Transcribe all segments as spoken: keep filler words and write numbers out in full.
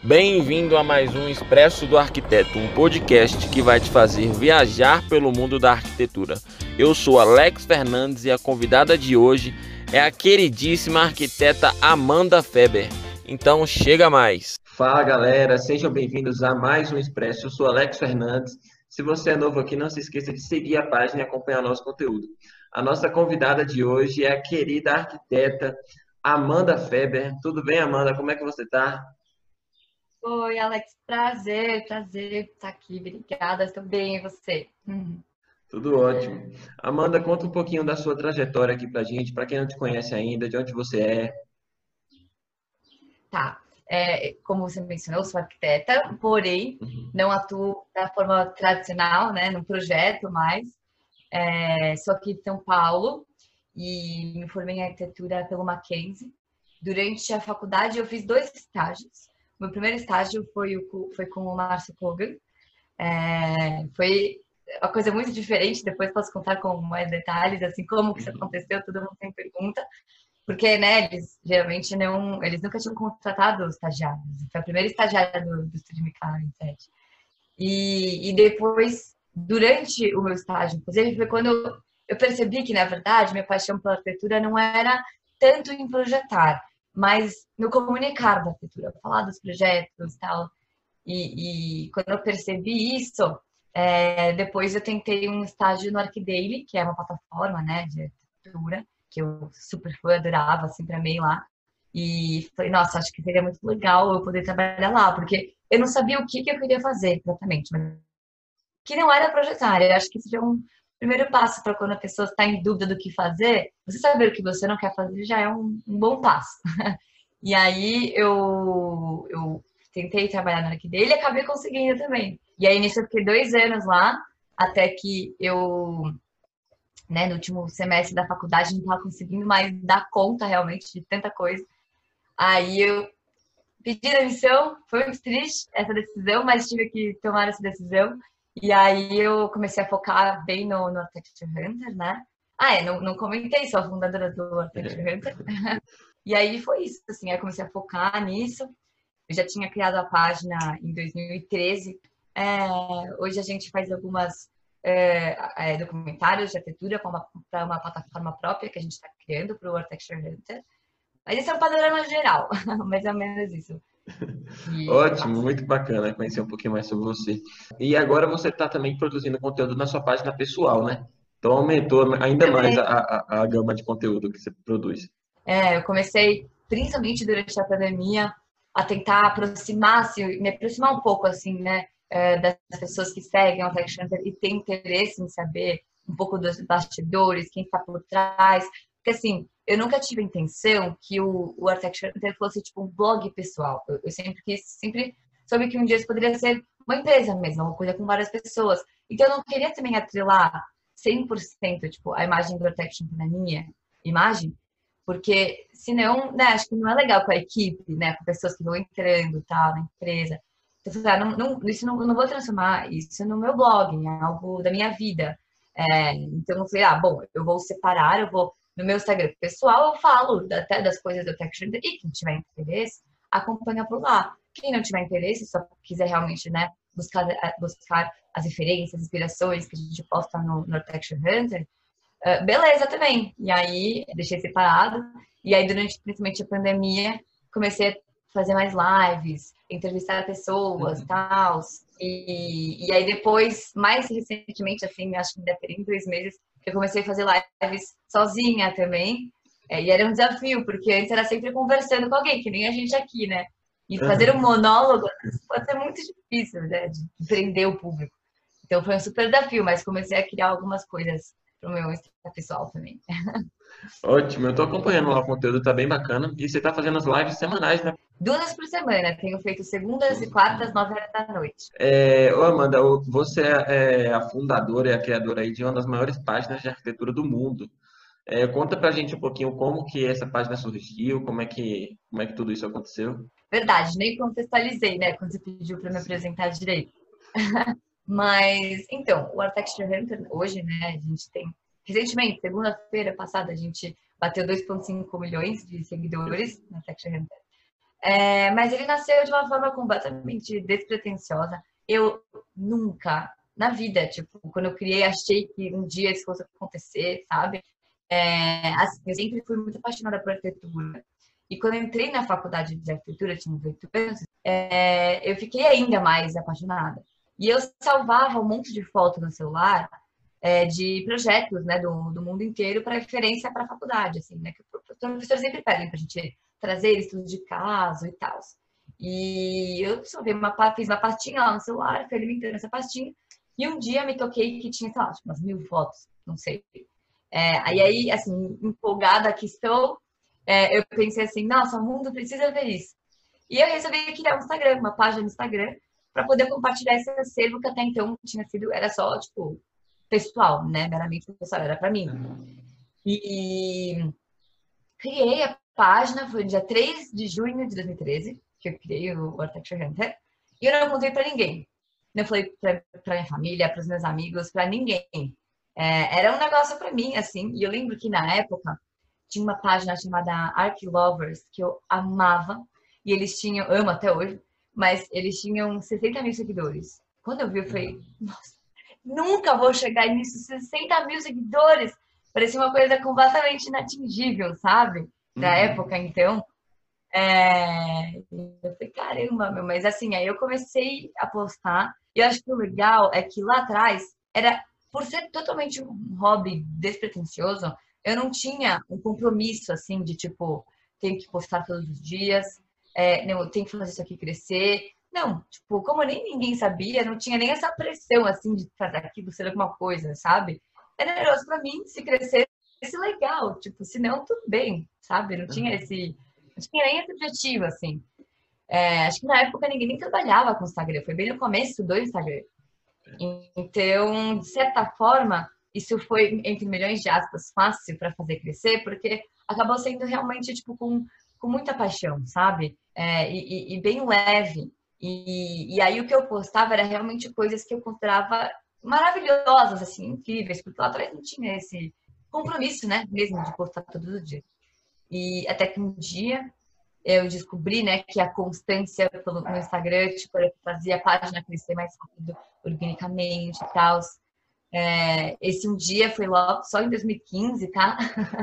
Bem-vindo a mais um Expresso do Arquiteto, um podcast que vai te fazer viajar pelo mundo da arquitetura. Eu sou Alex Fernandes e a convidada de hoje é a queridíssima arquiteta Amanda Feber. Então chega mais! Fala galera, sejam bem-vindos a mais um Expresso. Eu sou Alex Fernandes. Se você é novo aqui, não se esqueça de seguir a página e acompanhar nosso conteúdo. A nossa convidada de hoje é a querida arquiteta Amanda Feber. Tudo bem, Amanda? Como é que você está? Oi, Alex, prazer, prazer estar aqui, obrigada, estou bem, e você? Hum. Tudo ótimo. Amanda, conta um pouquinho da sua trajetória aqui pra gente, para quem não te conhece ainda, de onde você é. Tá, é, como você mencionou, eu sou arquiteta, porém Uhum. não atuo da forma tradicional, né, no projeto mais. É, sou aqui de São Paulo e me formei em arquitetura pelo Mackenzie. Durante a faculdade eu fiz dois estágios. O meu primeiro estágio foi, o, foi com o Márcio Kogan. É, foi uma coisa muito diferente, depois posso contar com mais detalhes, assim, como que isso Uhum. aconteceu, todo mundo tem pergunta, porque, né, eles geralmente não, eles nunca tinham contratado estagiários, foi a primeira estagiária do, do Estúdio McLaren sete. E, e depois, durante o meu estágio, inclusive, foi quando eu, eu percebi que, na verdade, minha paixão pela arquitetura não era tanto em projetar, mas no comunicar da arquitetura, falar dos projetos e tal. E, e quando eu percebi isso, é, depois eu tentei um estágio no ArcDaily, que é uma plataforma, né, de arquitetura, que eu super fui, adorava, sempre amei lá. E falei, nossa, acho que seria muito legal eu poder trabalhar lá, porque eu não sabia o que, que eu queria fazer exatamente, mas que não era projetar. Eu acho que isso já é um primeiro passo para quando a pessoa está em dúvida do que fazer, você saber o que você não quer fazer já é um, um bom passo. E aí eu, eu tentei trabalhar na Arc dele e acabei conseguindo também. E aí nisso eu fiquei dois anos lá, até que eu, né, no último semestre da faculdade, não estava conseguindo mais dar conta realmente de tanta coisa. Aí eu pedi demissão, foi muito triste essa decisão, mas tive que tomar essa decisão. E aí eu comecei a focar bem no, no Architecture Hunter, né? Ah, é, não, não comentei, sou a fundadora do Architecture Hunter. E aí foi isso, assim, aí eu comecei a focar nisso. Eu já tinha criado a página em dois mil e treze. É, hoje a gente faz algumas é, é, documentários de arquitetura para uma, uma plataforma própria que a gente está criando para o Architecture Hunter. Mas isso é um panorama geral, mais ou menos isso que, que eu Ótimo, faço. muito bacana conhecer um pouquinho mais sobre você. E agora você está também produzindo conteúdo na sua página pessoal, né? Então aumentou ainda mais a, Também, a, a gama de conteúdo que você produz. é, eu comecei, principalmente durante a pandemia, a tentar aproximar, assim, me aproximar um pouco, assim, né, é, das pessoas que seguem o Tech Hunter e têm interesse em saber um pouco dos bastidores, quem está por trás. Porque, assim, eu nunca tive a intenção que o, o Architecture Hunter fosse, tipo, um blog pessoal. Eu, eu sempre quis, sempre soube que um dia isso poderia ser uma empresa mesmo, uma coisa com várias pessoas. Então, eu não queria também atrelar cem por cento, tipo, a imagem do Architecture Hunter na minha imagem, porque senão, né, acho que não é legal com a equipe, né, com pessoas que vão entrando, tal, na empresa. Então, eu falei, ah, não, não, isso não, eu não vou transformar isso no meu blog, em algo da minha vida. É, então, eu falei, ah, bom, eu vou separar, eu vou, no meu Instagram pessoal, eu falo até das coisas do Tech Center, e quem tiver interesse, acompanha por lá. Quem não tiver interesse, só quiser realmente, né, buscar, buscar as referências, inspirações que a gente posta no, no Tech Hunter, Uh, beleza também. E aí, deixei separado. E aí, durante principalmente a pandemia, comecei a fazer mais lives, entrevistar pessoas, Uhum. tal. E, e aí, depois, mais recentemente, assim, acho que deve ter em dois meses, que eu comecei a fazer lives sozinha também. É, e era um desafio, porque antes era sempre conversando com alguém, que nem a gente aqui, né? E fazer um Aham. monólogo pode ser muito difícil, né? De prender o público. Então foi um super desafio, mas comecei a criar algumas coisas pro meu Instagram pessoal também. Ótimo, eu estou acompanhando lá o conteúdo, tá bem bacana. E você está fazendo as lives semanais, né? Duas vezes por semana, tenho feito segundas e quartas, nove horas da noite. É, ô Amanda, ô, você é a fundadora e a criadora aí de uma das maiores páginas de arquitetura do mundo. É, conta pra gente um pouquinho como que essa página surgiu, como é que, como é que tudo isso aconteceu. Verdade, nem contextualizei, né, quando você pediu para me apresentar direito. Mas, então, o Architecture Hunter, hoje, né, a gente tem, recentemente, segunda-feira passada, a gente bateu dois vírgula cinco milhões de seguidores no Architecture Hunter. É, mas ele nasceu de uma forma completamente despretensiosa. Eu nunca, na vida, tipo, quando eu criei, achei que um dia isso fosse acontecer, sabe? É, assim, eu sempre fui muito apaixonada por arquitetura. E quando eu entrei na faculdade de arquitetura, eu tinha oito anos, é, eu fiquei ainda mais apaixonada. E eu salvava um monte de fotos no celular é, de projetos, né, do, do mundo inteiro para referência para a faculdade, assim, né? Que os professores sempre pedem para a gente trazer estudos de caso e tal. E eu salvei uma, fiz uma pastinha lá no celular, fui alimentando essa pastinha. E um dia me toquei que tinha, sei lá, umas mil fotos, não sei. É, aí, aí, assim, empolgada que estou, é, eu pensei assim, nossa, o mundo precisa ver isso. E eu resolvi criar um Instagram, uma página no Instagram, para poder compartilhar esse acervo que até então tinha sido, era só, tipo, pessoal, né? Meramente pessoal, era para mim. E criei a página, foi dia três de junho de dois mil e treze, que eu criei o Architecture Hunter, e eu não contei para ninguém. Não falei para minha família, para os meus amigos, para ninguém. É, era um negócio para mim, assim, e eu lembro que na época tinha uma página chamada Arch Lovers, que eu amava, e eles tinham, amo até hoje, mas eles tinham sessenta mil seguidores. Quando eu vi, eu falei, nossa, nunca vou chegar nisso, sessenta mil seguidores! Parecia uma coisa completamente inatingível, sabe? Da uhum. época, então. É... Eu falei, caramba, meu, mas assim, aí eu comecei a postar, e eu acho que o legal é que lá atrás, era, por ser totalmente um hobby despretensioso, eu não tinha um compromisso, assim, de tipo, tenho que postar todos os dias, é, não, eu tenho que fazer isso aqui crescer. Não, tipo, como nem ninguém sabia, não tinha nem essa pressão, assim, de fazer aquilo ser alguma coisa, sabe? Era negócio pra mim, se crescer, esse legal, tipo, se não, tudo bem, sabe? Não tinha esse, não tinha nem esse objetivo, assim. É, acho que na época ninguém nem trabalhava com o Instagram, foi bem no começo do Instagram. Então, de certa forma, isso foi, entre milhões de aspas, fácil para fazer crescer, porque acabou sendo realmente, tipo, com, com muita paixão, sabe? É, e, e bem leve. E, e aí o que eu postava era realmente coisas que eu considerava maravilhosas, assim, incríveis, porque lá atrás não tinha esse compromisso, né, mesmo de postar todos os dias. E até que um dia eu descobri, né, que a constância pelo, no Instagram, tipo, eu fazia a página crescer mais rápido, organicamente e tal. É, esse um dia foi logo, só em dois mil e quinze, tá?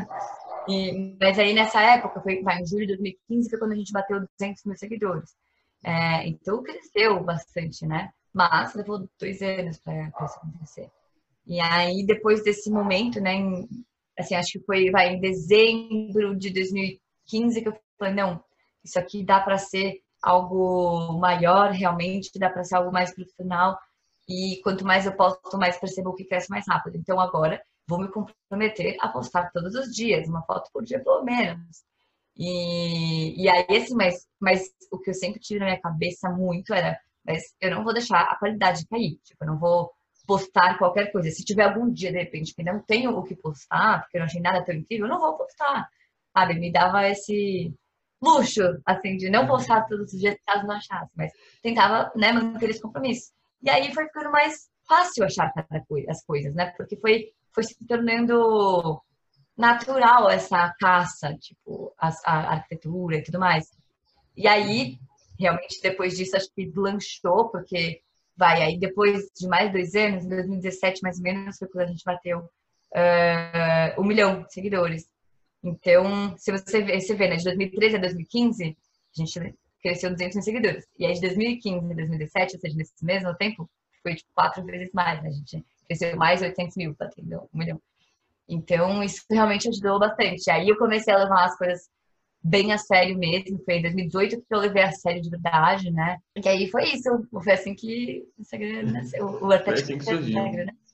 E, mas aí nessa época, foi, vai, em julho de dois mil e quinze, foi quando a gente bateu duzentos mil seguidores. É, então cresceu bastante, né? Mas levou dois anos para isso acontecer. E aí, depois desse momento, né, em, assim, acho que foi vai, em dezembro de dois mil e quinze que eu falei, não, isso aqui dá para ser algo maior, realmente, dá para ser algo mais profissional. E quanto mais eu posto, mais percebo que cresce mais rápido. Então, agora, vou me comprometer a postar todos os dias, uma foto por dia, pelo menos. E, e aí, assim, mas, mas o que eu sempre tive na minha cabeça muito era, mas eu não vou deixar a qualidade cair. Tipo, eu não vou postar qualquer coisa. Se tiver algum dia, de repente, que não tenho o que postar, porque eu não achei nada tão incrível, eu não vou postar. Sabe? Me dava esse luxo, assim, de não postar todos os dias caso não achasse, mas tentava, né, manter esse compromisso. E aí foi ficando mais fácil achar as coisas, né? Porque foi, foi se tornando natural essa caça, tipo, a, a arquitetura e tudo mais. E aí, realmente, depois disso, acho que lanchou, porque, vai, aí depois de mais de dois anos, em dois mil e dezessete, mais ou menos, foi quando a gente bateu uh, um milhão de seguidores. Então, se você vê, você vê, né, de dois mil e treze a dois mil e quinze, a gente cresceu duzentos mil seguidores. E aí, de dois mil e quinze a dois mil e dezessete, ou seja, nesse mesmo tempo, foi, tipo, quatro vezes mais, né? A gente cresceu mais oitocentos mil, batendo um milhão. Então, isso realmente ajudou bastante. Aí eu comecei a levar as coisas bem a sério mesmo. Foi em dois mil e dezoito que eu levei a sério de verdade, né? E aí foi isso. Foi assim que o Instagram nasceu. O Foi assim que surgiu. Instagram, né?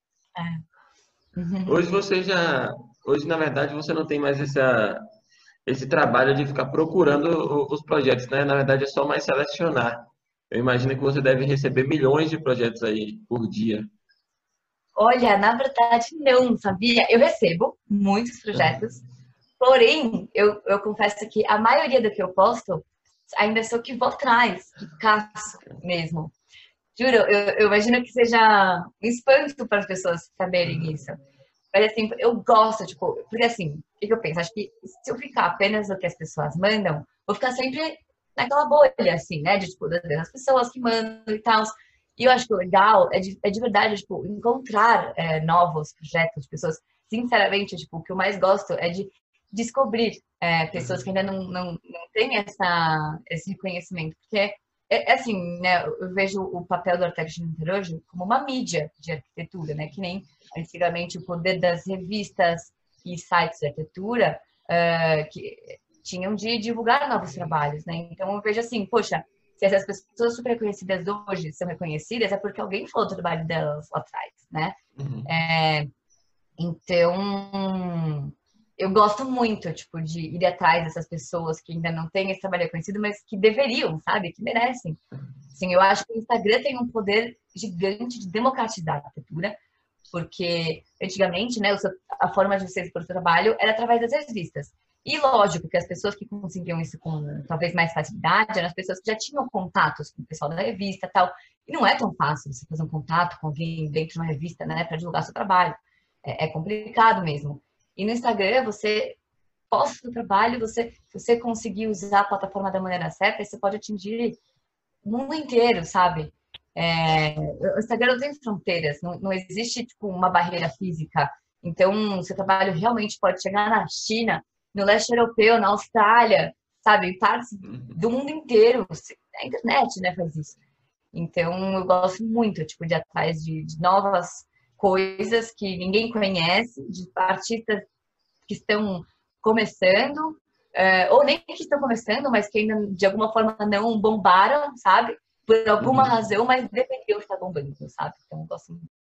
É. Hoje você já... Hoje, na verdade, você não tem mais essa, esse trabalho de ficar procurando os projetos, né? Na verdade, é só mais selecionar. Eu imagino que você deve receber milhões de projetos aí por dia. Olha, na verdade, não, sabia? Eu recebo muitos projetos, porém, eu, eu confesso que a maioria do que eu posto, ainda sou que vou atrás, que caço mesmo. Juro, eu, eu imagino que seja um espanto para as pessoas saberem isso. Mas assim, eu gosto, tipo, porque assim, o que eu penso? Acho que se eu ficar apenas no que as pessoas mandam, vou ficar sempre naquela bolha, assim, né? De, tipo, das pessoas que mandam e tal. E eu acho que o legal é de, é de verdade, tipo, encontrar é, novos projetos, pessoas. Sinceramente, tipo, o que eu mais gosto é de descobrir é, pessoas que ainda não, não, não têm essa, esse reconhecimento. Porque, é, é assim, né? Eu vejo o papel do Arquiteto Inter hoje como uma mídia de arquitetura, né? Que nem antigamente o poder das revistas e sites de arquitetura uh, que tinham de divulgar novos trabalhos, né? Então eu vejo assim, poxa, se essas pessoas super conhecidas hoje são reconhecidas, é porque alguém falou do trabalho delas lá atrás, né? Uhum. É, então, eu gosto muito, tipo, de ir atrás dessas pessoas que ainda não têm esse trabalho reconhecido, mas que deveriam, sabe? Que merecem. Assim, eu acho que o Instagram tem um poder gigante de democratizar a arquitetura, porque antigamente, né, a forma de você expor o trabalho era através das revistas. E lógico que as pessoas que conseguiam isso com talvez mais facilidade eram as pessoas que já tinham contatos com o pessoal da revista e tal. E não é tão fácil você fazer um contato com alguém dentro de uma revista, né, para divulgar seu trabalho. É, é complicado mesmo. E no Instagram, você posta o seu trabalho, você, se você conseguir usar a plataforma da maneira certa, você pode atingir o mundo inteiro, sabe? É, o Instagram não tem fronteiras, não, não existe tipo, uma barreira física. Então, seu trabalho realmente pode chegar na China, no leste europeu, na Austrália, sabe? Em partes do mundo inteiro. A internet, né, faz isso. Então, eu gosto muito, tipo, de ir atrás de, de novas coisas que ninguém conhece, de artistas que estão começando, é, ou nem que estão começando, mas que ainda, de alguma forma, não bombaram, sabe? Por alguma uhum. razão, mas deveriam estar bombando, sabe? Então, eu gosto muito.